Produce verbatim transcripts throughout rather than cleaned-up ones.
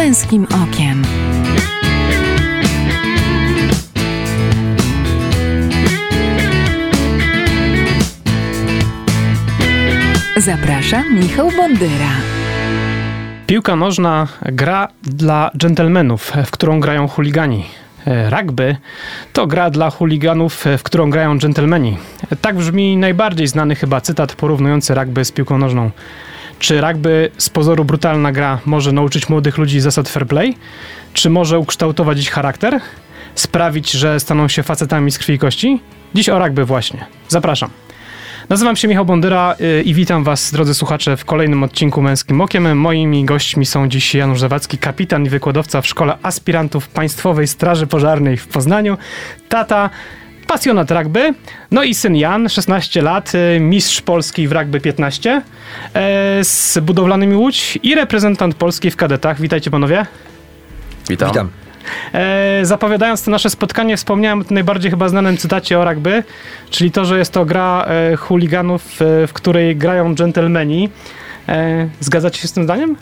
Męskim okiem. Zaprasza Michał Bondyra. Piłka nożna, gra dla dżentelmenów, w którą grają chuligani. Rugby to gra dla chuliganów, w którą grają dżentelmeni. Tak brzmi najbardziej znany chyba cytat porównujący rugby z piłką nożną. Czy rugby, z pozoru brutalna gra, może nauczyć młodych ludzi zasad fair play? Czy może ukształtować ich charakter? Sprawić, że staną się facetami z krwi i kości? Dziś o rugby właśnie. Zapraszam. Nazywam się Michał Bondyra i witam was, drodzy słuchacze, w kolejnym odcinku Męskim Okiem. Moimi gośćmi są dziś Janusz Zawadzki, kapitan i wykładowca w Szkole Aspirantów Państwowej Straży Pożarnej w Poznaniu, tata, pasjonat rugby, no i syn Jan, szesnaście lat, mistrz Polski w rugby piętnaście, z budowlanymi Łódź i reprezentant Polski w kadetach. Witajcie panowie. Witam. Witam. E, zapowiadając to nasze spotkanie, wspomniałem o tym najbardziej chyba znanym cytacie o rugby, czyli to, że jest to gra e, chuliganów, e, w której grają dżentelmeni. E, zgadzacie się z tym zdaniem?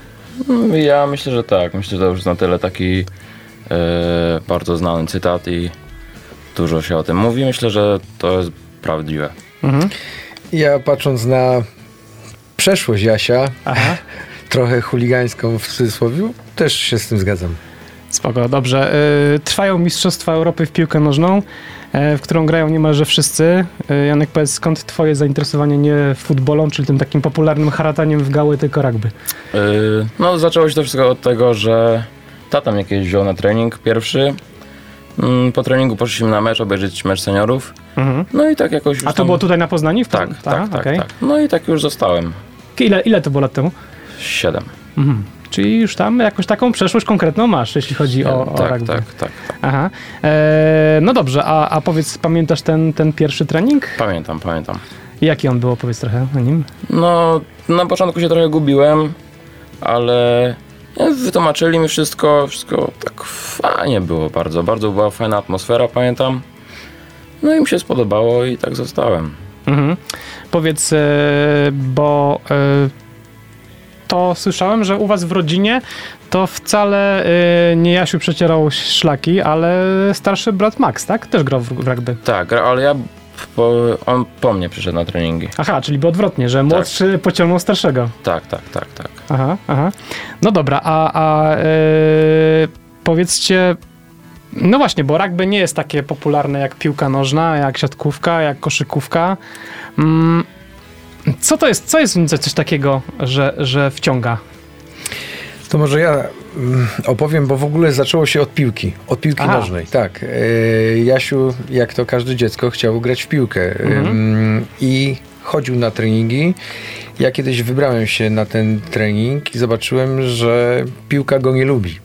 Ja myślę, że tak. Myślę, że to już jest na tyle taki e, bardzo znany cytat i dużo się o tym mówi. Myślę, że to jest prawdziwe. Mhm. Ja patrząc na przeszłość Jasia, Aha. trochę chuligańską w cudzysłowie, też się z tym zgadzam. Spoko, dobrze. Y, trwają Mistrzostwa Europy w piłkę nożną, y, w którą grają niemalże wszyscy. Y, Janek, powiedz, skąd twoje zainteresowanie nie futbolą, czyli tym takim popularnym harataniem w gały, tylko rugby? Yy, no, zaczęło się to wszystko od tego, że tata mnie kiedyś wziął na trening pierwszy. Yy, po treningu poszliśmy na mecz, obejrzeć mecz seniorów. Mhm. No i tak jakoś już A to tam... było tutaj na Poznaniu? W tak, tak, tak, tak, okay. tak. No i tak już zostałem. Ile, ile to było lat temu? Siedem. Mhm. Czyli już tam jakąś taką przeszłość konkretną masz, jeśli chodzi o, o tak, rugby. Tak, tak, tak. Aha. E, no dobrze, a, a powiedz, pamiętasz ten, ten pierwszy trening? Pamiętam, pamiętam. Jaki on był? Opowiedz trochę o nim. No, na początku się trochę gubiłem, ale wytłumaczyli mi wszystko, wszystko tak fajnie było bardzo, bardzo była fajna atmosfera, pamiętam. No i mi się spodobało i tak zostałem. Mhm. Powiedz, e, bo... E, to słyszałem, że u was w rodzinie to wcale y, nie Jasiu przecierał szlaki, ale starszy brat Max, tak? Też grał w, w rugby. Tak, ale ja po, on po mnie przyszedł na treningi. Aha, czyli było odwrotnie, że młodszy tak. pociągnął starszego. Tak, tak, tak, tak. Aha, aha. No dobra, a, a y, powiedzcie, no właśnie, bo rugby nie jest takie popularne jak piłka nożna, jak siatkówka, jak koszykówka. Mm, Co to jest, co jest w nim coś takiego, że, że wciąga? To może ja opowiem, bo w ogóle zaczęło się od piłki, od piłki Aha. nożnej. Tak, Jasiu, jak to każde dziecko, chciał grać w piłkę mhm. i chodził na treningi. Ja kiedyś wybrałem się na ten trening i zobaczyłem, że piłka go nie lubi.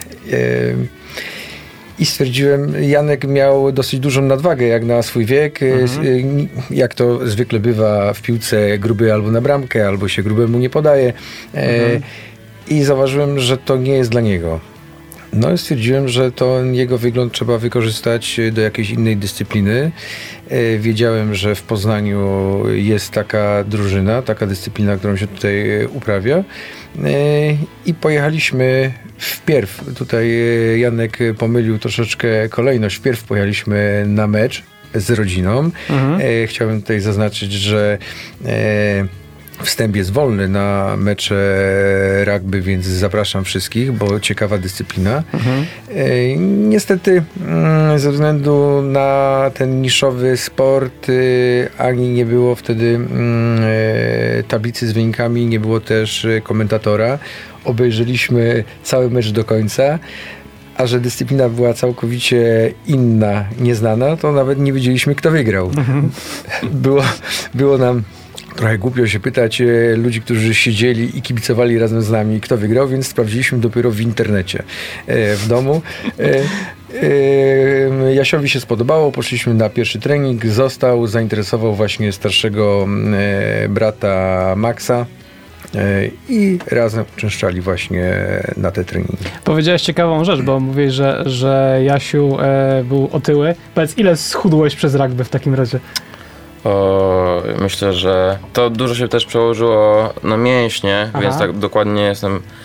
I stwierdziłem, Janek miał dosyć dużą nadwagę jak na swój wiek. Mhm. Jak to zwykle bywa w piłce, gruby albo na bramkę, albo się grubemu nie podaje. Mhm. I zauważyłem, że to nie jest dla niego. No i stwierdziłem, że to jego wygląd trzeba wykorzystać do jakiejś innej dyscypliny. Wiedziałem, że w Poznaniu jest taka drużyna, taka dyscyplina, którą się tutaj uprawia. I pojechaliśmy wpierw, tutaj Janek pomylił troszeczkę kolejność, wpierw pojechaliśmy na mecz z rodziną. Mhm. Chciałbym tutaj zaznaczyć, że wstęp jest wolny na mecze rugby, więc zapraszam wszystkich, bo ciekawa dyscyplina. Mhm. E, niestety ze względu na ten niszowy sport ani nie było wtedy e, tablicy z wynikami, nie było też komentatora. Obejrzeliśmy cały mecz do końca, a że dyscyplina była całkowicie inna, nieznana, to nawet nie wiedzieliśmy, kto wygrał. Mhm. Było, było nam trochę głupio się pytać e, ludzi, którzy siedzieli i kibicowali razem z nami, kto wygrał, więc sprawdziliśmy dopiero w internecie e, w domu. E, e, Jasiowi się spodobało, poszliśmy na pierwszy trening, został, zainteresował właśnie starszego e, brata Maxa. I razem uczęszczali właśnie na te treningi. Powiedziałeś ciekawą rzecz, bo mówisz, że, że Jasiu e, był otyły. Powiedz, ile schudłeś przez rugby w takim razie? O, myślę, że to dużo się też przełożyło na mięśnie, Aha. więc tak dokładnie jestem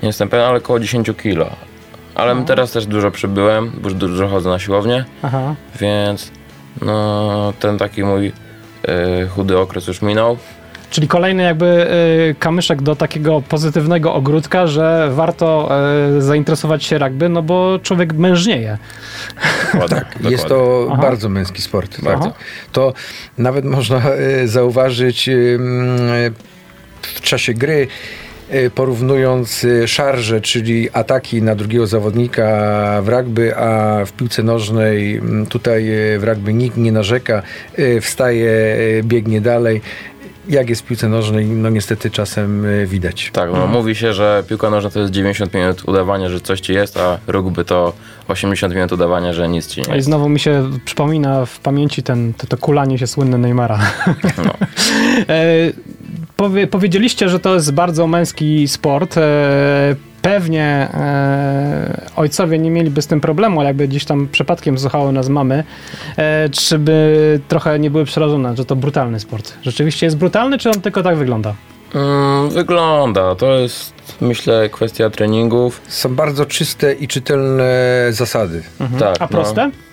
Nie jestem pewien, ale około dziesięć kilo. Ale No. teraz też dużo przybyłem, bo już dużo chodzę na siłownię, Aha. więc no ten taki mój y, chudy okres już minął. Czyli kolejny jakby y, kamyszek do takiego pozytywnego ogródka, że warto y, zainteresować się rugby, no bo człowiek mężnieje. Dokładnie, Tak, dokładnie. jest to Aha. bardzo męski sport. Aha. Tak. To nawet można e, zauważyć e, w czasie gry, e, porównując e, szarże, czyli ataki na drugiego zawodnika w rugby, a w piłce nożnej m, tutaj e, w rugby nikt nie narzeka, e, wstaje, e, biegnie dalej. Jak jest w piłce nożnej, no niestety czasem e, widać. Tak, no mówi się, że piłka nożna to jest dziewięćdziesiąt minut udawania, że coś ci jest, a rugby to osiemdziesiąt minut udawania, że nic ci nie I jest. znowu mi się przypomina w pamięci ten, to, to kulanie się słynne Neymara. No. E, powie, powiedzieliście, że to jest bardzo męski sport. E, pewnie e, ojcowie nie mieliby z tym problemu, ale jakby gdzieś tam przypadkiem słuchały nas mamy, e, czy by trochę nie były przerażone, że to brutalny sport. Rzeczywiście jest brutalny, czy on tylko tak wygląda? Mm, wygląda, to jest myślę kwestia treningów. Są bardzo czyste i czytelne zasady. Mhm. Tak, A proste? No,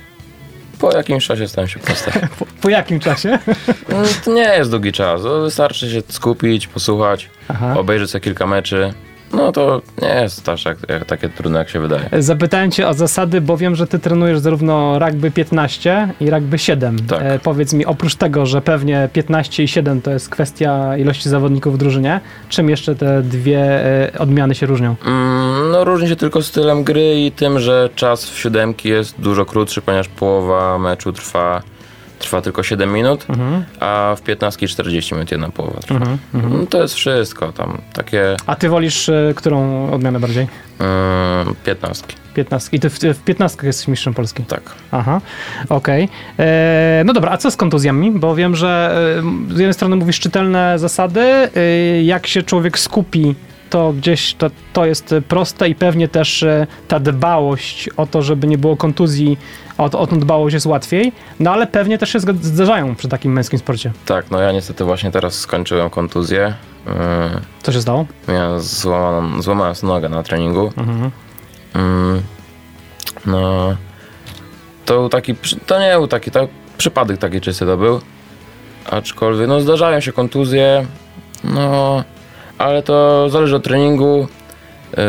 po jakimś czasie stają się proste. Po, po jakim czasie? Mm, To nie jest długi czas, to wystarczy się skupić, posłuchać, Aha. obejrzeć sobie kilka meczy. No to nie jest aż jak, jak, takie trudne, jak się wydaje. Zapytałem cię o zasady, bo wiem, że ty trenujesz zarówno rugby piętnaście i rugby siedem. Tak. E, powiedz mi, oprócz tego, że pewnie piętnaście i siedem to jest kwestia ilości zawodników w drużynie, czym jeszcze te dwie e, odmiany się różnią? Mm, no różni się tylko stylem gry i tym, że czas w siódemki jest dużo krótszy, ponieważ połowa meczu trwa, trwa tylko siedem minut, Mhm. a w piętnastki czterdzieści minut jedna połowa trwa. Mhm, mhm. No, to jest wszystko tam, takie A ty wolisz e, którą odmianę bardziej? mm, piętnastki, piętnastki. I ty w, w piętnastkach jesteś mistrzem Polski. tak. Aha, okej. E, No dobra, a co z kontuzjami? Bo wiem, że e, z jednej strony mówisz czytelne zasady, e, jak się człowiek skupi, to gdzieś to, to jest proste i pewnie też e, ta dbałość o to, żeby nie było kontuzji, o, o tą dbałość jest łatwiej, no ale pewnie też się zga- zdarzają przy takim męskim sporcie. Tak, no ja niestety właśnie teraz skończyłem kontuzję. Yy, Co się stało? miałem złamaną, złamałem sobie nogę na treningu. Mhm. Mm, no, to był taki, przy- to nie był taki, to przypadek taki czysty to był, aczkolwiek, no zdarzają się kontuzje, no, ale to zależy od treningu, yy,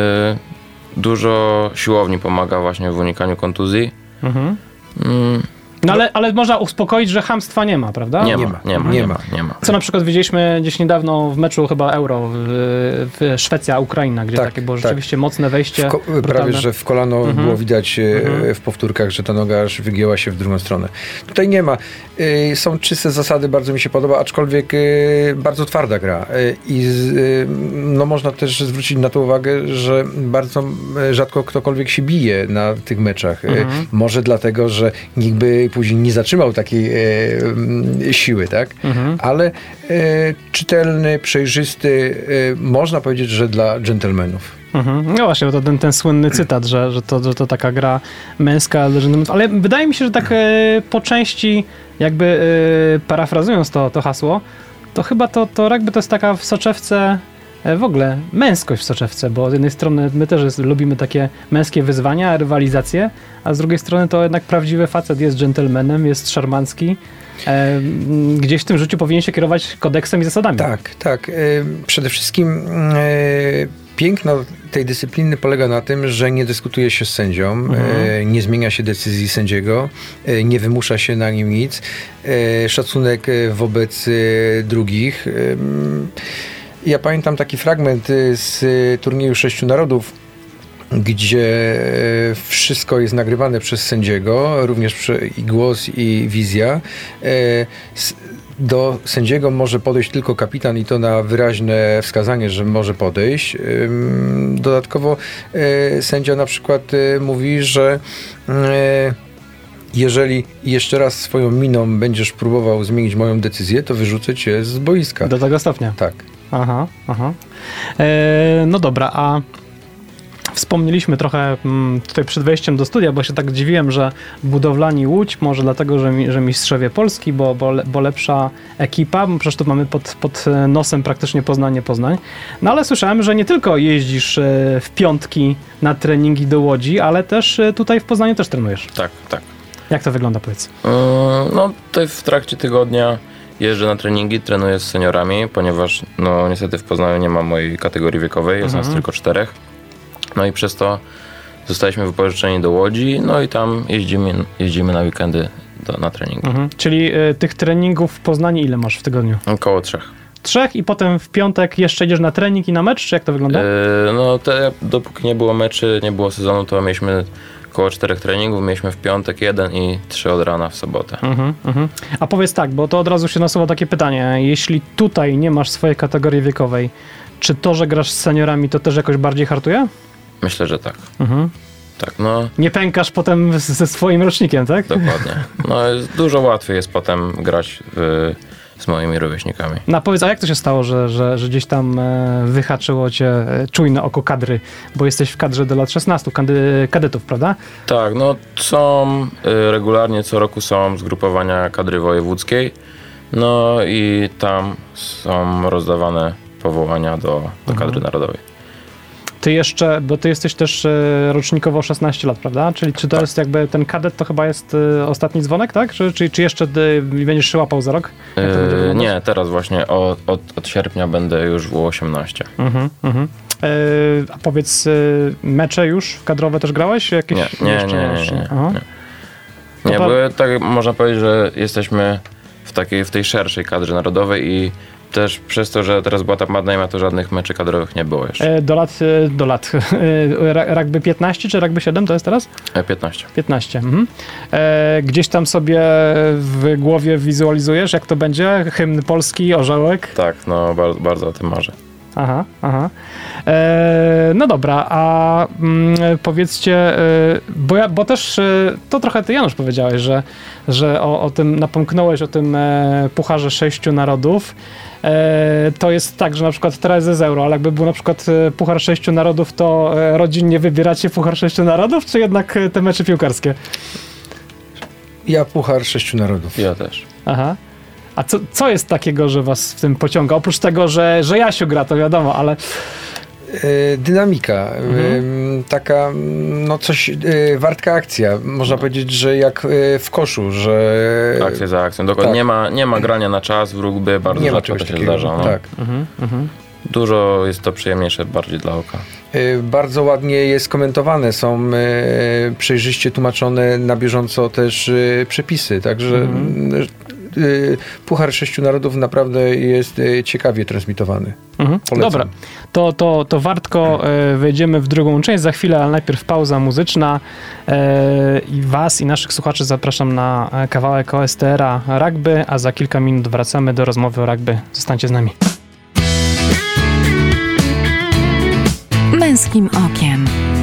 dużo siłowni pomaga właśnie w unikaniu kontuzji. Mhm. Mm, No ale, ale można uspokoić, że chamstwa nie ma, prawda? nie, nie ma, ma. nie ma, Nie nie ma. ma, nie ma. Co na przykład widzieliśmy gdzieś niedawno w meczu chyba Euro w, w Szwecja, Ukraina, gdzie Tak, takie było tak. rzeczywiście mocne wejście. W ko- prawie, brutalne. że w kolano Mhm. było widać e, Mhm. w powtórkach, że ta noga aż wygięła się w drugą stronę. Tutaj nie ma. E, Są czyste zasady, bardzo mi się podoba, aczkolwiek e, bardzo twarda gra. E, I z, e, no można też zwrócić na to uwagę, że bardzo e, rzadko ktokolwiek się bije na tych meczach. E, Mhm. Może dlatego, że nikt by później nie zatrzymał takiej e, m, siły, tak? Mhm. Ale e, czytelny, przejrzysty, e, można powiedzieć, że dla dżentelmenów. Mhm. No właśnie, bo to ten, ten słynny cytat, że, że, to, że to taka gra męska, ale wydaje mi się, że tak e, po części jakby e, parafrazując to, to hasło, to chyba to, to rugby to jest taka w soczewce e, w ogóle męskość w soczewce, bo z jednej strony my też jest, lubimy takie męskie wyzwania, rywalizacje, a z drugiej strony to jednak prawdziwy facet jest dżentelmenem, jest szarmancki. E, m, gdzieś w tym życiu powinien się kierować kodeksem i zasadami. Tak, tak. E, Przede wszystkim e, piękno tej dyscypliny polega na tym, że nie dyskutuje się z sędzią, Mhm. e, nie zmienia się decyzji sędziego, e, nie wymusza się na nim nic. E, Szacunek e, wobec e, drugich. E, Ja pamiętam taki fragment e, z e, turnieju Sześciu Narodów, gdzie e, wszystko jest nagrywane przez sędziego, również prze, i głos, i wizja. E, s- Do sędziego może podejść tylko kapitan i to na wyraźne wskazanie, że może podejść. Ym, Dodatkowo e, sędzia na przykład e, mówi, że e, jeżeli jeszcze raz swoją miną będziesz próbował zmienić moją decyzję, to wyrzucę cię z boiska. Do tego stopnia. Tak. Aha, aha. E, no dobra, a wspomnieliśmy trochę m, tutaj przed wejściem do studia, bo się tak dziwiłem, że budowlani Łódź, może dlatego, że, mi, że mistrzowie Polski, bo, bo, bo lepsza ekipa, bo przecież tu mamy pod, pod nosem praktycznie Poznanie, Poznań. No ale słyszałem, że nie tylko jeździsz w piątki na treningi do Łodzi, ale też tutaj w Poznaniu też trenujesz. Tak, tak. Jak to wygląda, powiedz? Yy, no tutaj w trakcie tygodnia jeżdżę na treningi, trenuję z seniorami, ponieważ no niestety w Poznaniu nie ma mojej kategorii wiekowej, jest Mhm. nas tylko czterech. No i przez to zostaliśmy wypożyczeni do Łodzi, no i tam jeździmy, jeździmy na weekendy do, na treningi. Mhm. Czyli y, tych treningów w Poznaniu ile masz w tygodniu? Około trzech. Trzech i potem w piątek jeszcze idziesz na trening i na mecz, czy jak to wygląda? Yy, no te, dopóki nie było meczy, nie było sezonu, to mieliśmy około czterech treningów, mieliśmy w piątek jeden i trzy od rana w sobotę. Mhm, mhm. A powiedz tak, bo to od razu się nasuwa takie pytanie. Jeśli tutaj nie masz swojej kategorii wiekowej, czy to, że grasz z seniorami, to też jakoś bardziej hartuje? Myślę, że tak. Mhm. Tak, no Nie pękasz potem z- ze swoim rocznikiem, tak? dokładnie. No jest, dużo łatwiej jest potem grać w, z moimi rówieśnikami. No powiedz, a jak to się stało, że, że, że gdzieś tam e, wyhaczyło cię e, czujne oko kadry, bo jesteś w kadrze do lat szesnastu, kady, kadetów, prawda? Tak, no są y, regularnie co roku są zgrupowania kadry wojewódzkiej, no i tam są rozdawane powołania do, do kadry narodowej. Ty jeszcze, bo ty jesteś też e, rocznikowo szesnaście lat, prawda? Czyli czy to Tak. jest jakby ten kadet, to chyba jest e, ostatni dzwonek, tak? Czy, czy, czy jeszcze ty będziesz się łapał za rok? Jak to będzie Y, wyglądać? nie, teraz właśnie od, od, od sierpnia będę już w U osiemnaście. Mhm, mhm. E, a powiedz, e, mecze już kadrowe też grałeś? Jakieś Nie, nie, nie, jeszcze- nie, nie, jeszcze- nie, Aha. nie. No Nie, to- bo tak można powiedzieć, że jesteśmy w takiej, w tej szerszej kadrze narodowej i też przez to, że teraz była ta pandemia, to żadnych meczy kadrowych nie było jeszcze. E, do lat, e, do lat. E, ra- rugby piętnaście czy rugby siedem to jest teraz? E, piętnaście. piętnaście. Mhm. E, gdzieś tam sobie w głowie wizualizujesz, jak to będzie? Hymn polski, orzełek? Tak, no bardzo, bardzo o tym marzę. Aha, aha. E, no dobra, a mm, powiedzcie, e, bo, ja, bo też e, to trochę ty, Janusz, powiedziałeś, że, że o, o tym napomknąłeś, o tym e, Pucharze Sześciu Narodów. E, to jest tak, że na przykład teraz jest Euro, ale jakby był na przykład e, Puchar Sześciu Narodów, to e, rodzinnie wybieracie Puchar Sześciu Narodów, czy jednak e, te mecze piłkarskie? Ja Puchar Sześciu Narodów. Ja też. Aha. A co, co jest takiego, że was w tym pociąga? Oprócz tego, że, że Jasiu gra, to wiadomo, ale... E, Dynamika, Mhm. e, taka, no coś, e, wartka akcja. Można powiedzieć, że jak e, w koszu, że Akcja za akcją. Dokładnie. tak. Nie ma, nie ma grania na czas w rugby, bardzo nie ma rzadko czegoś to się takiego. zdarza. No. Tak. Mhm, mhm. Dużo jest to przyjemniejsze bardziej dla oka. E, Bardzo ładnie jest komentowane, są e, przejrzyście tłumaczone na bieżąco też e, przepisy, także Mhm. e, Puchar Sześciu Narodów naprawdę jest e, ciekawie transmitowany. Mhm. Polecam. Dobra, to, to, to Wartko, e, wejdziemy w drugą część za chwilę, ale najpierw pauza muzyczna e, i was i naszych słuchaczy zapraszam na e, kawałek O S T R-a rugby, a za kilka minut wracamy do rozmowy o rugby. Zostańcie z nami. Męskim okiem.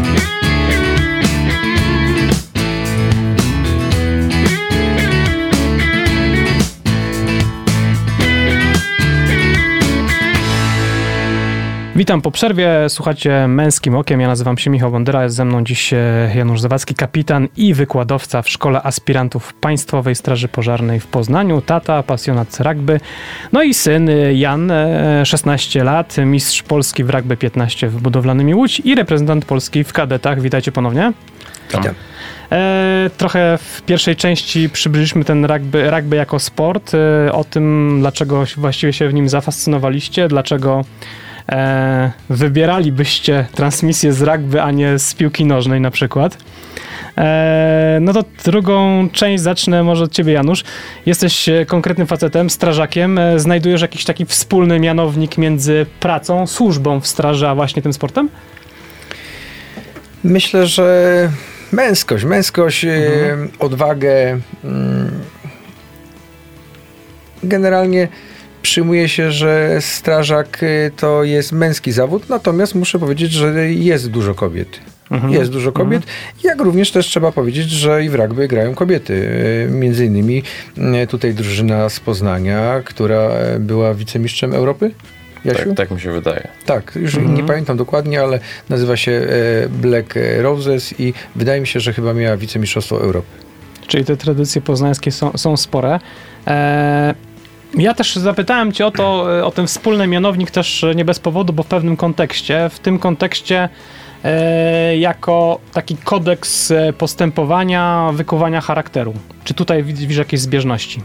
Witam po przerwie, słuchacie Męskim Okiem, ja nazywam się Michał Bondyra, jest ze mną dziś e, Janusz Zawadzki, kapitan i wykładowca w Szkole Aspirantów Państwowej Straży Pożarnej w Poznaniu, tata, pasjonat rugby, no i syn e, Jan, e, szesnaście lat, mistrz Polski w rugby piętnaście w Budowlanym Łódź i reprezentant Polski w kadetach. Witajcie ponownie. Tam. Witam. E, trochę w pierwszej części przybliżyliśmy ten rugby, rugby jako sport, e, o tym, dlaczego właściwie się w nim zafascynowaliście, dlaczego e, wybieralibyście transmisję z rugby, a nie z piłki nożnej na przykład. E, no to drugą część zacznę może od ciebie, Janusz. Jesteś e, konkretnym facetem, strażakiem. E, znajdujesz jakiś taki wspólny mianownik między pracą, służbą w straży, a właśnie tym sportem? Myślę, że męskość, męskość, Mhm. e, odwagę. mm, Generalnie przyjmuje się, że strażak e, to jest męski zawód, natomiast muszę powiedzieć, że jest dużo kobiet. Mhm. Jest dużo kobiet, jak również też trzeba powiedzieć, że i w rugby grają kobiety. E, Między innymi e, tutaj drużyna z Poznania, która e, była wicemistrzem Europy. Jasiu? Tak, tak mi się wydaje. Tak, już Mhm. nie pamiętam dokładnie, ale nazywa się e, Black Roses i wydaje mi się, że chyba miała wicemistrzostwo Europy. Czyli te tradycje poznańskie są, są spore. E, ja też zapytałem cię o to, o ten wspólny mianownik też nie bez powodu, bo w pewnym kontekście, w tym kontekście e, jako taki kodeks postępowania, wykuwania charakteru. Czy tutaj widzisz jakieś zbieżności?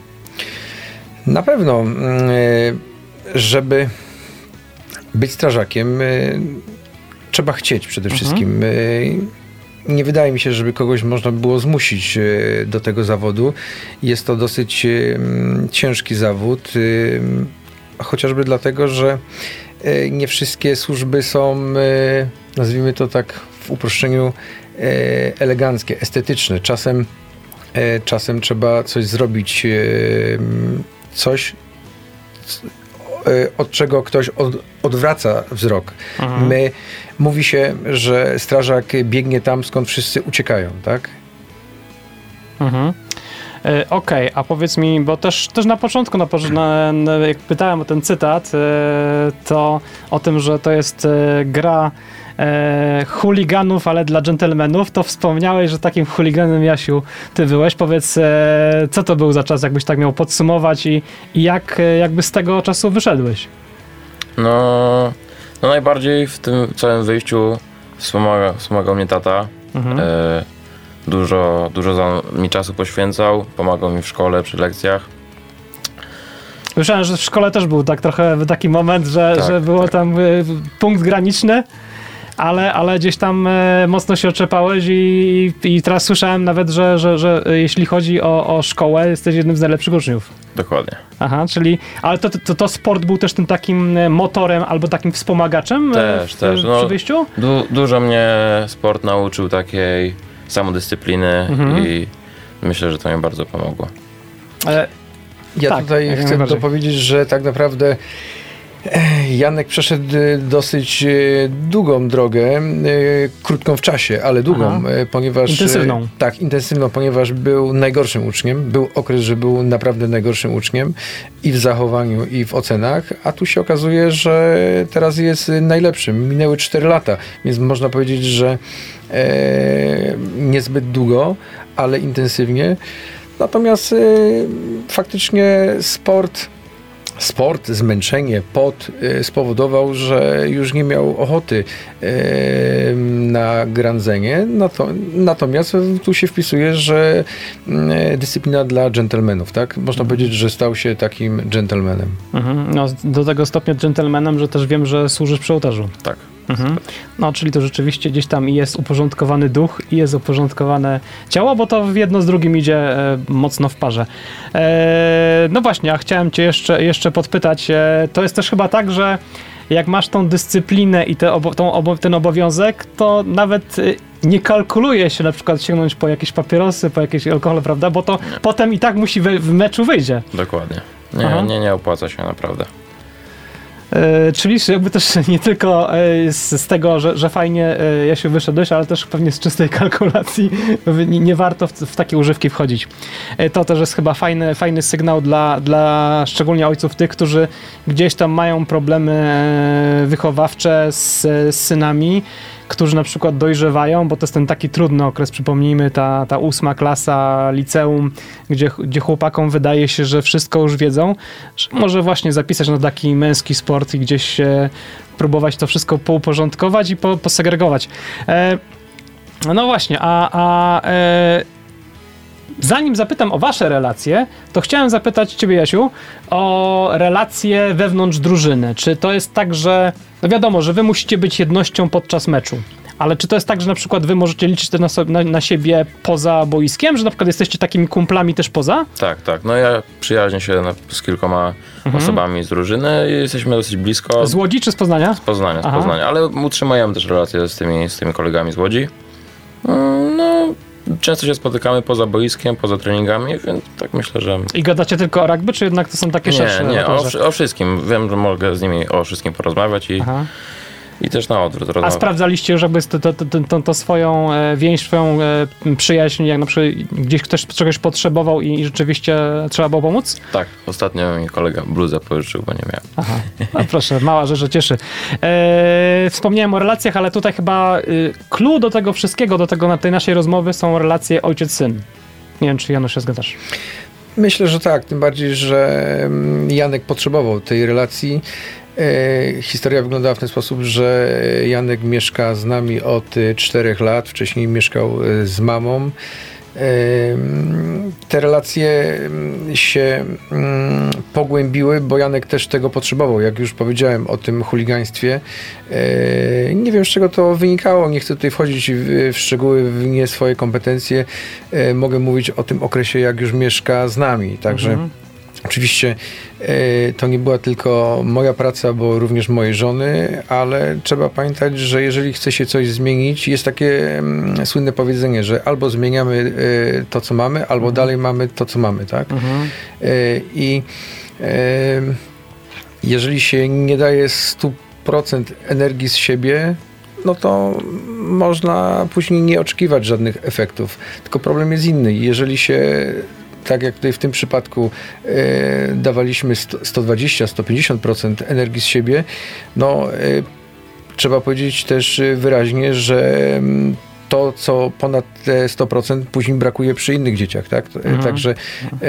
Na pewno, mm, e, żeby być strażakiem, e, trzeba chcieć przede Mhm. wszystkim. E, Nie wydaje mi się, żeby kogoś można było zmusić e, do tego zawodu. Jest to dosyć e, ciężki zawód, e, chociażby dlatego, że e, nie wszystkie służby są, e, nazwijmy to tak w uproszczeniu, e, eleganckie, estetyczne. Czasem, e, czasem trzeba coś zrobić, e, coś, e, od czego ktoś od, odwraca wzrok. Mhm. My, mówi się, że strażak biegnie tam, skąd wszyscy uciekają, tak? Mhm. E, Okej, a powiedz mi, bo też, też na początku, na, poż- na, na, jak pytałem o ten cytat, e, to o tym, że to jest e, gra e, chuliganów, ale dla dżentelmenów, to wspomniałeś, że takim chuliganem, Jasiu, ty byłeś. Powiedz, e, co to był za czas, jakbyś tak miał podsumować i, i jak e, jakby z tego czasu wyszedłeś? No, no najbardziej w tym całym wyjściu wspomaga, wspomagał mnie tata. Mhm. E, dużo dużo za, mi czasu poświęcał, pomagał mi w szkole, przy lekcjach. Słyszałem, że w szkole też był tak trochę taki moment, że, Tak, że było tak. tam y, punkt graniczny, ale, ale gdzieś tam y, mocno się oczepałeś i, i teraz słyszałem nawet, że, że, że jeśli chodzi o, o szkołę, jesteś jednym z najlepszych uczniów. Dokładnie. Aha, czyli, ale to, to, to sport był też tym takim y, motorem albo takim wspomagaczem y, Też, w, też, przy no. wyjściu? Du, dużo mnie sport nauczył takiej samodyscypliny Mhm. i myślę, że to mi bardzo pomogło. Ale, Ja Tak, tutaj jak chcę najbardziej. dopowiedzieć, że tak naprawdę e, Janek przeszedł e, dosyć e, długą drogę, e, krótką w czasie, ale długą, Aha. e, ponieważ... Intensywną. E, tak, intensywną, ponieważ był najgorszym uczniem. Był okres, że był naprawdę najgorszym uczniem i w zachowaniu, i w ocenach, a tu się okazuje, że teraz jest najlepszym. Minęły cztery lata, więc można powiedzieć, że e, niezbyt długo, ale intensywnie. Natomiast y, faktycznie sport, sport, zmęczenie, pot y, spowodował, że już nie miał ochoty y, na grandzenie. Nato, natomiast tu się wpisuje, że y, dyscyplina dla dżentelmenów, tak? Można powiedzieć, że stał się takim dżentelmenem. mhm, no, do tego stopnia dżentelmenem, że też wiem, że służysz przy ołtarzu. Tak. Mhm. No, czyli to rzeczywiście gdzieś tam jest uporządkowany duch i jest uporządkowane ciało, bo to jedno z drugim idzie e, mocno w parze. E, no właśnie, a chciałem cię jeszcze, jeszcze podpytać, e, to jest też chyba tak, że jak masz tą dyscyplinę i te obo, tą obo, ten obowiązek, to nawet e, nie kalkuluje się na przykład sięgnąć po jakieś papierosy, po jakieś alkohol, prawda, bo to Nie. potem i tak musi we, w meczu wyjdzie. Dokładnie. Aha. Nie, nie, nie opłaca się naprawdę. E, czyli jakby też nie tylko e, z, z tego, że, że fajnie e, Jasiu wyszedłeś, ale też pewnie z czystej kalkulacji nie, nie warto w, w takie używki wchodzić. E, to też jest chyba fajny, fajny sygnał dla, dla szczególnie ojców tych, którzy gdzieś tam mają problemy e, wychowawcze z, z synami, którzy na przykład dojrzewają, bo to jest ten taki trudny okres, przypomnijmy, ta, ta ósma klasa liceum, gdzie, gdzie chłopakom wydaje się, że wszystko już wiedzą, że może właśnie zapisać na taki męski sport i gdzieś e, próbować to wszystko pouporządkować i po, posegregować. E, no właśnie, a, a e, zanim zapytam o wasze relacje, to chciałem zapytać ciebie, Jasiu, o relacje wewnątrz drużyny. Czy to jest tak, że no wiadomo, że wy musicie być jednością podczas meczu, ale czy to jest tak, że na przykład wy możecie liczyć też na, sobie, na, na siebie poza boiskiem, że na przykład jesteście takimi kumplami też poza? Tak, tak. No ja przyjaźnię się na, z kilkoma Mhm. osobami z drużyny i jesteśmy dosyć blisko. Z Łodzi czy z Poznania? Z Poznania, z Aha. Poznania. Ale utrzymujemy też relacje z tymi, z tymi kolegami z Łodzi. Mm, No, często się spotykamy poza boiskiem, poza treningami, więc tak myślę, że... I gadacie tylko o rugby, czy jednak to są takie szersze Nie, nie, o, relacje? wszy- o wszystkim. Wiem, że mogę z nimi o wszystkim porozmawiać i Aha. I też na odwrót. A rozmawiam. sprawdzaliście już jakby to, to, to, to, to swoją e, więź, swoją e, przyjaźń, jak na przykład gdzieś ktoś czegoś potrzebował i, i rzeczywiście trzeba było pomóc? Tak, ostatnio mi kolega bluzę pożyczył, bo nie miałem. Aha, no proszę, mała rzecz, że cieszy. E, wspomniałem o relacjach, ale tutaj chyba y, clue do tego wszystkiego, do tego, na tej naszej rozmowy są relacje ojciec-syn. Nie wiem, czy Janusz się zgadzasz? Myślę, że tak, tym bardziej, że Janek potrzebował tej relacji. E, historia wyglądała w ten sposób, że Janek mieszka z nami od czterech lat, wcześniej mieszkał z mamą. E, te relacje się mm, pogłębiły, bo Janek też tego potrzebował, jak już powiedziałem o tym chuligaństwie. E, nie wiem, z czego to wynikało, nie chcę tutaj wchodzić w, w szczegóły, w nie swoje kompetencje. E, mogę mówić o tym okresie, jak już mieszka z nami, także mhm. Oczywiście e, to nie była tylko moja praca, bo również mojej żony, ale trzeba pamiętać, że jeżeli chce się coś zmienić, jest takie mm, słynne powiedzenie, że albo zmieniamy e, to, co mamy, albo mhm. dalej mamy to, co mamy, tak? Mhm. E, I e, jeżeli się nie daje stu procent energii z siebie, no to można później nie oczekiwać żadnych efektów. Tylko problem jest inny. Jeżeli się tak jak tutaj w tym przypadku e, dawaliśmy sto dwadzieścia do stu pięćdziesięciu procent energii z siebie, no e, trzeba powiedzieć też wyraźnie, że to, co ponad te sto procent później brakuje przy innych dzieciach, tak? Mhm. Także e,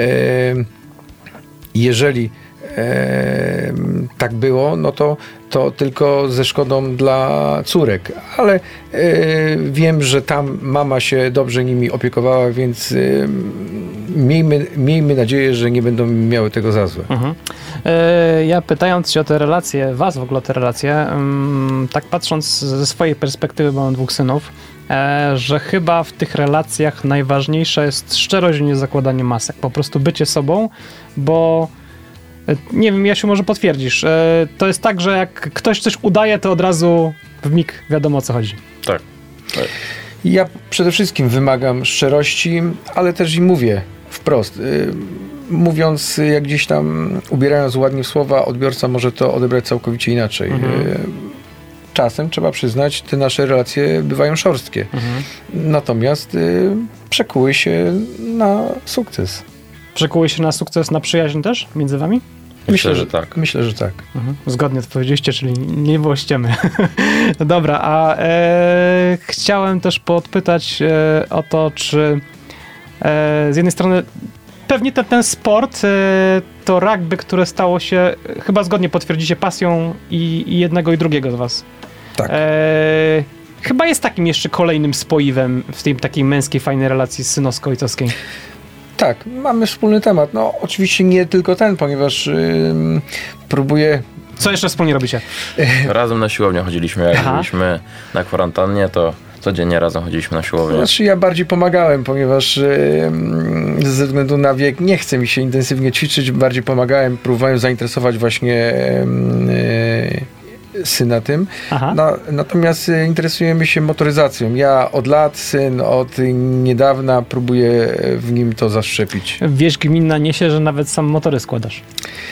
jeżeli e, tak było, no to, to tylko ze szkodą dla córek, ale e, wiem, że tam mama się dobrze nimi opiekowała, więc e, miejmy, miejmy nadzieję, że nie będą miały tego za złe. Mhm. E, ja pytając się o te relacje, was w ogóle o te relacje, um, tak patrząc ze swojej perspektywy, bo mam dwóch synów, e, że chyba w tych relacjach najważniejsza jest szczerość i nie zakładanie masek. Po prostu bycie sobą, bo nie wiem, Jasiu, może potwierdzisz. To jest tak, że jak ktoś coś udaje, to od razu w mig wiadomo, o co chodzi. Tak. tak. Ja przede wszystkim wymagam szczerości, ale też i mówię wprost. Mówiąc, jak gdzieś tam ubierając ładnie w słowa, odbiorca może to odebrać całkowicie inaczej. Mhm. Czasem, trzeba przyznać, te nasze relacje bywają szorstkie. Mhm. Natomiast przekuły się na sukces. Przekuły się na sukces, na przyjaźń też między wami? Myślę, myślę że tak. Myślę, że tak. Mhm. Zgodnie to powiedzieliście, czyli nie było ściemy. No dobra, a e, chciałem też podpytać e, o to, czy e, z jednej strony pewnie ten, ten sport, e, to rugby, które stało się, chyba zgodnie potwierdzicie, pasją i, i jednego i drugiego z was. Tak. E, chyba jest takim jeszcze kolejnym spoiwem w tej takiej męskiej, fajnej relacji synowsko-ojcowskiej. Tak, mamy wspólny temat. No oczywiście nie tylko ten, ponieważ yy, próbuję... Co jeszcze wspólnie robicie? Razem na siłownię chodziliśmy, jak Aha. byliśmy na kwarantannie, to codziennie razem chodziliśmy na siłownię. Znaczy ja bardziej pomagałem, ponieważ yy, ze względu na wiek nie chce mi się intensywnie ćwiczyć, bardziej pomagałem, próbowałem zainteresować właśnie yy, syna tym. Na, natomiast interesujemy się motoryzacją. Ja od lat, syn od niedawna próbuję w nim to zaszczepić. Wieś gminna niesie, że nawet sam motory składasz.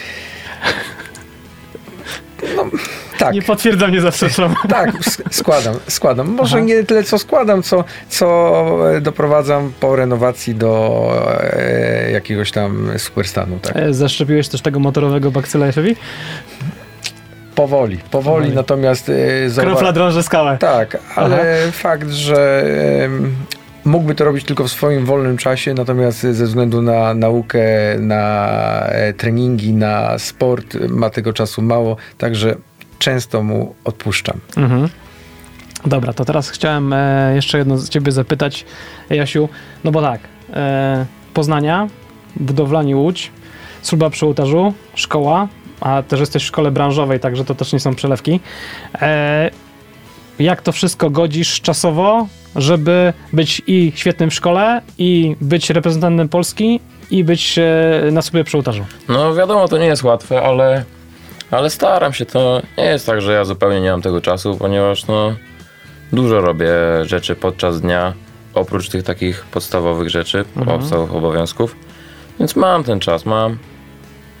No, tak. Nie potwierdzam, nie zaprzeczam. Tak, składam, składam. Może Aha. nie tyle co składam, co, co doprowadzam po renowacji do e, jakiegoś tam superstanu. Tak. E, zaszczepiłeś też tego motorowego bakcyla F-owi? Powoli, powoli, powoli. Natomiast... E, Krofla drąży skałę. Tak, ale Aha. fakt, że e, mógłby to robić tylko w swoim wolnym czasie, natomiast ze względu na naukę, na e, treningi, na sport ma tego czasu mało, także często mu odpuszczam. Mhm. Dobra, to teraz chciałem e, jeszcze jedno z ciebie zapytać, Jasiu, no bo tak, e, Poznania, budowlani Łódź, służba przy ołtarzu, szkoła, a też jesteś w szkole branżowej, także to też nie są przelewki. E, jak to wszystko godzisz czasowo, żeby być i świetnym w szkole, i być reprezentantem Polski, i być e, na służbie przy ołtarzu? No wiadomo, to nie jest łatwe, ale, ale staram się. To nie jest tak, że ja zupełnie nie mam tego czasu, ponieważ no dużo robię rzeczy podczas dnia, oprócz tych takich podstawowych rzeczy, mhm. podstawowych obowiązków. Więc mam ten czas, mam.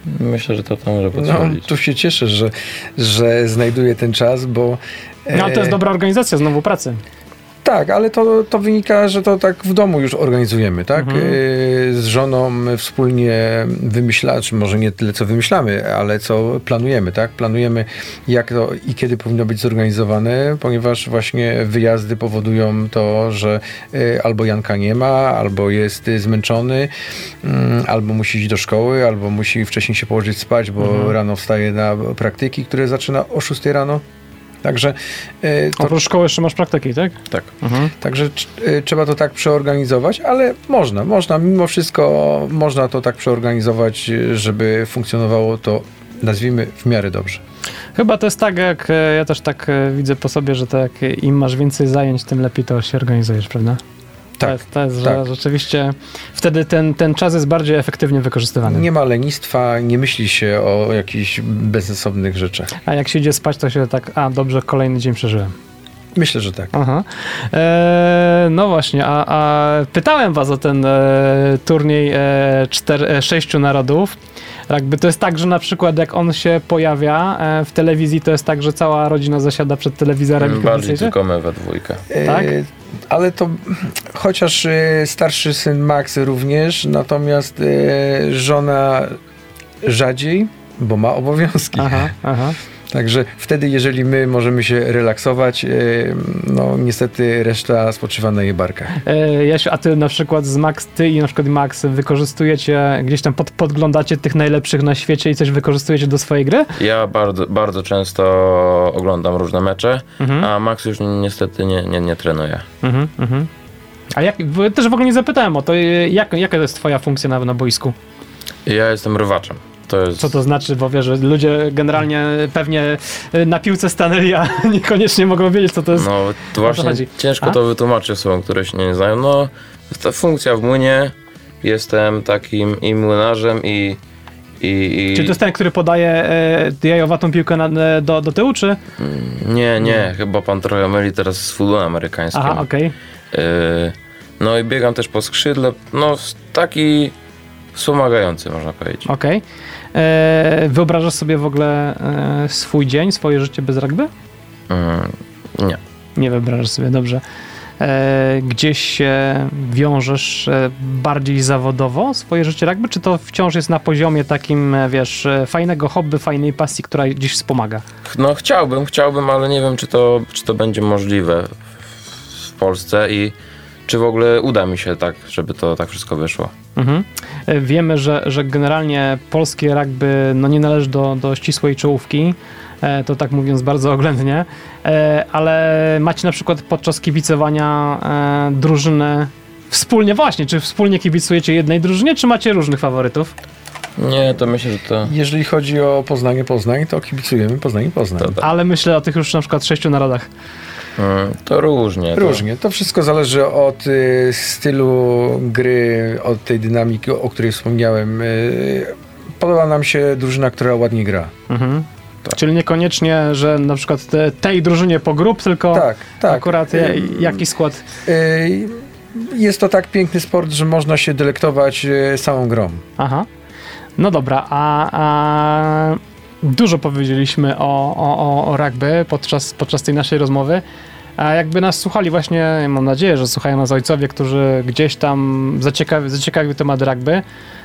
Myślę, że to tam może No, pozwolić. tu się cieszę, że, że znajduję ten czas, bo... No ale to jest dobra organizacja znowu pracy. Tak, ale to, to wynika, że to tak w domu już organizujemy, tak? Mhm. Yy, Z żoną wspólnie wymyślamy, czy może nie tyle co wymyślamy, ale co planujemy, tak? Planujemy jak to i kiedy powinno być zorganizowane, ponieważ właśnie wyjazdy powodują to, że yy, albo Janka nie ma, albo jest yy, zmęczony, yy, albo musi iść do szkoły, albo musi wcześniej się położyć spać, bo Mhm. rano wstaje na praktyki, które zaczyna o szóstej rano. Także yy, to Oprócz szkoły jeszcze masz praktyki, tak? Tak. Mhm. Także tr- y, trzeba to tak przeorganizować, ale można, można, mimo wszystko można to tak przeorganizować, y, żeby funkcjonowało to, nazwijmy, w miarę dobrze. Chyba to jest tak, jak e, ja też tak e, widzę po sobie, że tak e, im masz więcej zajęć, tym lepiej to się organizujesz, prawda? Tak, To jest, to jest tak. że rzeczywiście wtedy ten, ten czas jest bardziej efektywnie wykorzystywany. Nie ma lenistwa, nie myśli się o jakichś bezsensownych rzeczach. A jak się idzie spać, to się tak, a dobrze, kolejny dzień przeżyłem. Myślę, że tak. Aha. E, no właśnie, a, a pytałem was o ten e, turniej e, czter, e, sześciu narodów. Jakby to jest tak, że na przykład jak on się pojawia e, w telewizji, to jest tak, że cała rodzina zasiada przed telewizorem i Bardziej kibicujecie? tylko my we dwójkę. Tak? E, ale to chociaż e, starszy syn Max również, natomiast e, żona rzadziej, bo ma obowiązki. Aha, aha. Także wtedy, jeżeli my możemy się relaksować, e, no niestety reszta spoczywa na jej barkach. E, Jasiu, a ty na przykład z Max, ty i na przykład Max wykorzystujecie, gdzieś tam pod, podglądacie tych najlepszych na świecie i coś wykorzystujecie do swojej gry? Ja bardzo, bardzo często oglądam różne mecze, Mhm. a Max już niestety nie, nie, nie trenuje. Mhm, mhm. A jak, w- też w ogóle nie zapytałem o to, e, jak, jaka to jest twoja funkcja na, na boisku? Ja jestem rywaczem. To jest... Co to znaczy, bo wiesz, że ludzie generalnie pewnie e, na piłce stanęli, a niekoniecznie mogą wiedzieć, co to jest. No o co właśnie chodzi? ciężko A? to wytłumaczyć osobom, które się nie znają. No ta funkcja w młynie, jestem takim i młynarzem i... i, i... Czy to jest ten, który podaje e, jajowatą piłkę na, e, do, do tyłu, czy? Nie, nie, chyba pan trochę myli teraz z futbolem amerykańskim. Aha, okej. Y, no i biegam też po skrzydle, no taki wspomagający można powiedzieć. Okej. E, Wyobrażasz sobie w ogóle e, swój dzień, swoje życie bez rugby? Mm, nie. Nie wyobrażasz sobie, dobrze. E, gdzieś się wiążesz e, bardziej zawodowo swoje życie rugby, czy to wciąż jest na poziomie takim, e, wiesz, e, fajnego hobby, fajnej pasji, która gdzieś wspomaga? No chciałbym, chciałbym, ale nie wiem, czy to, czy to będzie możliwe w, w Polsce i czy w ogóle uda mi się tak, żeby to tak wszystko wyszło. Mhm. E, Wiemy, że, że generalnie polskie rugby no, nie należy do, do ścisłej czołówki, e, to tak mówiąc bardzo oględnie, e, ale macie na przykład podczas kibicowania e, drużynę wspólnie właśnie, czy wspólnie kibicujecie jednej drużynie, czy macie różnych faworytów? Nie, to myślę, że to... Jeżeli chodzi o Poznanie Poznań, to kibicujemy Poznanie Poznań. To, to, Ale myślę o tych już na przykład sześciu narodach. mm, to różnie. To, Różnie. To wszystko zależy od y, stylu gry, od tej dynamiki, o, o której wspomniałem. Y, podoba nam się drużyna, która ładnie gra. Mhm. Tak. Czyli niekoniecznie, że na przykład te, tej drużynie po grup, tylko Tak, tak. akurat Y, ja- jaki skład. y, jest to tak piękny sport, że można się delektować y, samą grą. Aha. No dobra, a, a dużo powiedzieliśmy o, o, o, o rugby podczas, podczas tej naszej rozmowy. A jakby nas słuchali właśnie, mam nadzieję, że słuchają nas ojcowie, którzy gdzieś tam zaciekawi, zaciekawił temat rugby,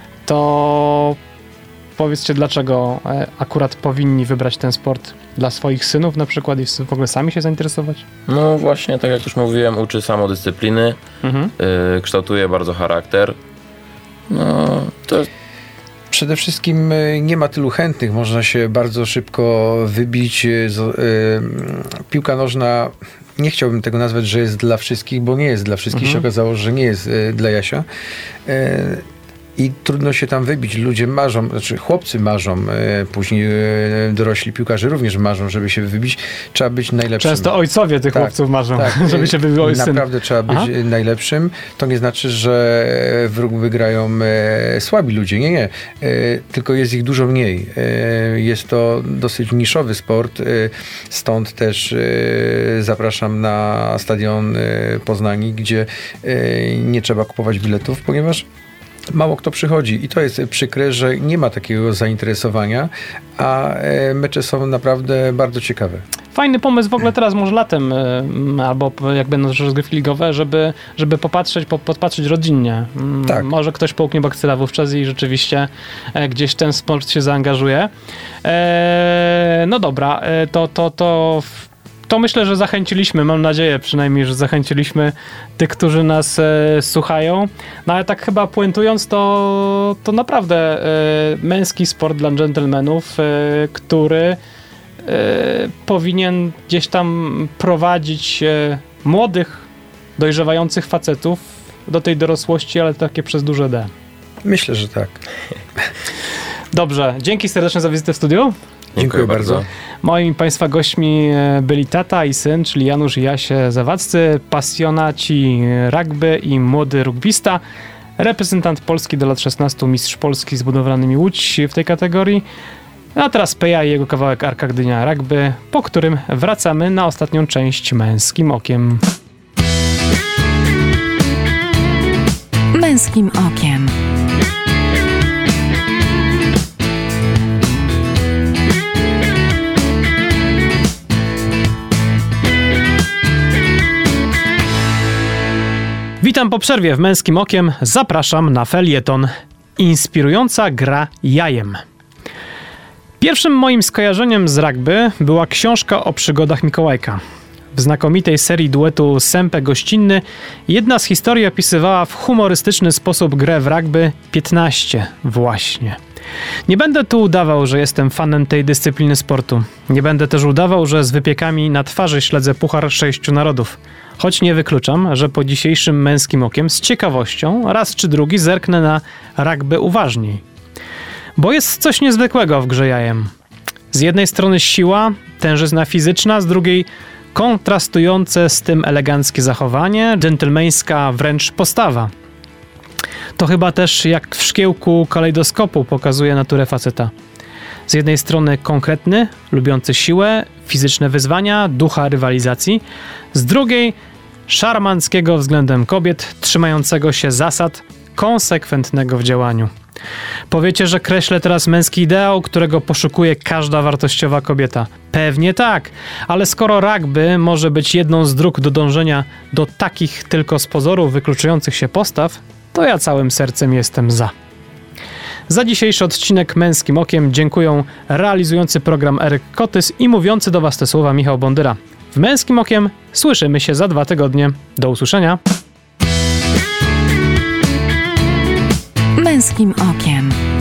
to powiedzcie, dlaczego e, akurat powinni wybrać ten sport dla swoich synów na przykład i w ogóle sami się zainteresować? No właśnie, tak jak już mówiłem, uczy samodyscypliny, Mhm. y, kształtuje bardzo charakter. No, to Przede wszystkim y, nie ma tylu chętnych, można się bardzo szybko wybić. y, z- y, Piłka nożna, nie chciałbym tego nazwać, że jest dla wszystkich, bo nie jest dla wszystkich. Mhm. Się okazało, że nie jest y, dla Jasia. Y, I trudno się tam wybić. Ludzie marzą, znaczy chłopcy marzą, y, później y, dorośli piłkarze również marzą, żeby się wybić. Trzeba być najlepszym. Często ojcowie tych Tak, chłopców marzą, tak, żeby się wybił syn. Naprawdę trzeba być Aha. najlepszym. To nie znaczy, że w rugby grają e, słabi ludzie. Nie, nie. E, tylko jest ich dużo mniej. E, jest to dosyć niszowy sport. E, stąd też e, zapraszam na stadion e, Poznani, gdzie e, nie trzeba kupować biletów, ponieważ mało kto przychodzi i to jest przykre, że nie ma takiego zainteresowania, a e, mecze są naprawdę bardzo ciekawe. Fajny pomysł w ogóle teraz, może latem, y, albo jak będą rozgrywki ligowe, żeby, żeby popatrzeć, po, podpatrzeć rodzinnie. Mm, Tak. Może ktoś połknie bakcyla wówczas i rzeczywiście e, gdzieś ten sport się zaangażuje. E, no dobra, e, to, to, to, to myślę, że zachęciliśmy, mam nadzieję przynajmniej, że zachęciliśmy tych, którzy nas e, słuchają. No ale tak chyba puentując, to, to naprawdę e, męski sport dla dżentelmenów, e, który powinien gdzieś tam prowadzić młodych, dojrzewających facetów do tej dorosłości, ale takie przez duże D. Myślę, że tak. Dobrze, dzięki serdecznie za wizytę w studiu. Dziękuję, Dziękuję bardzo. bardzo. Moimi Państwa gośćmi byli tata i syn, czyli Janusz i Jasie Zawadzcy, pasjonaci rugby i młody rugbista, reprezentant Polski do lat szesnastu, mistrz Polski z budowlanymi Łódź w tej kategorii. A teraz Peja i jego kawałek Arka Gdynia Rugby, po którym wracamy na ostatnią część Męskim Okiem. Męskim Okiem. Witam po przerwie w Męskim Okiem. Zapraszam na felieton. Inspirująca gra jajem. Pierwszym moim skojarzeniem z rugby była książka o przygodach Mikołajka. W znakomitej serii duetu Sępę Gościnny jedna z historii opisywała w humorystyczny sposób grę w rugby piętnaście właśnie. Nie będę tu udawał, że jestem fanem tej dyscypliny sportu. Nie będę też udawał, że z wypiekami na twarzy śledzę Puchar Sześciu Narodów. Choć nie wykluczam, że po dzisiejszym Męskim Okiem z ciekawością raz czy drugi zerknę na rugby uważniej. Bo jest coś niezwykłego w grze jajem. Z jednej strony siła, tężyzna fizyczna, z drugiej kontrastujące z tym eleganckie zachowanie, dżentelmeńska wręcz postawa. To chyba też jak w szkiełku kalejdoskopu pokazuje naturę faceta. Z jednej strony konkretny, lubiący siłę, fizyczne wyzwania, ducha rywalizacji, z drugiej szarmanckiego względem kobiet, trzymającego się zasad, konsekwentnego w działaniu. Powiecie, że kreślę teraz męski ideał, którego poszukuje każda wartościowa kobieta. Pewnie tak, ale skoro rugby może być jedną z dróg do dążenia do takich tylko z pozoru wykluczających się postaw, to ja całym sercem jestem za. Za dzisiejszy odcinek Męskim Okiem dziękuję realizujący program Eryk Kotys i mówiący do Was te słowa Michał Bondyra. W Męskim Okiem słyszymy się za dwa tygodnie. Do usłyszenia. Męskim Okiem.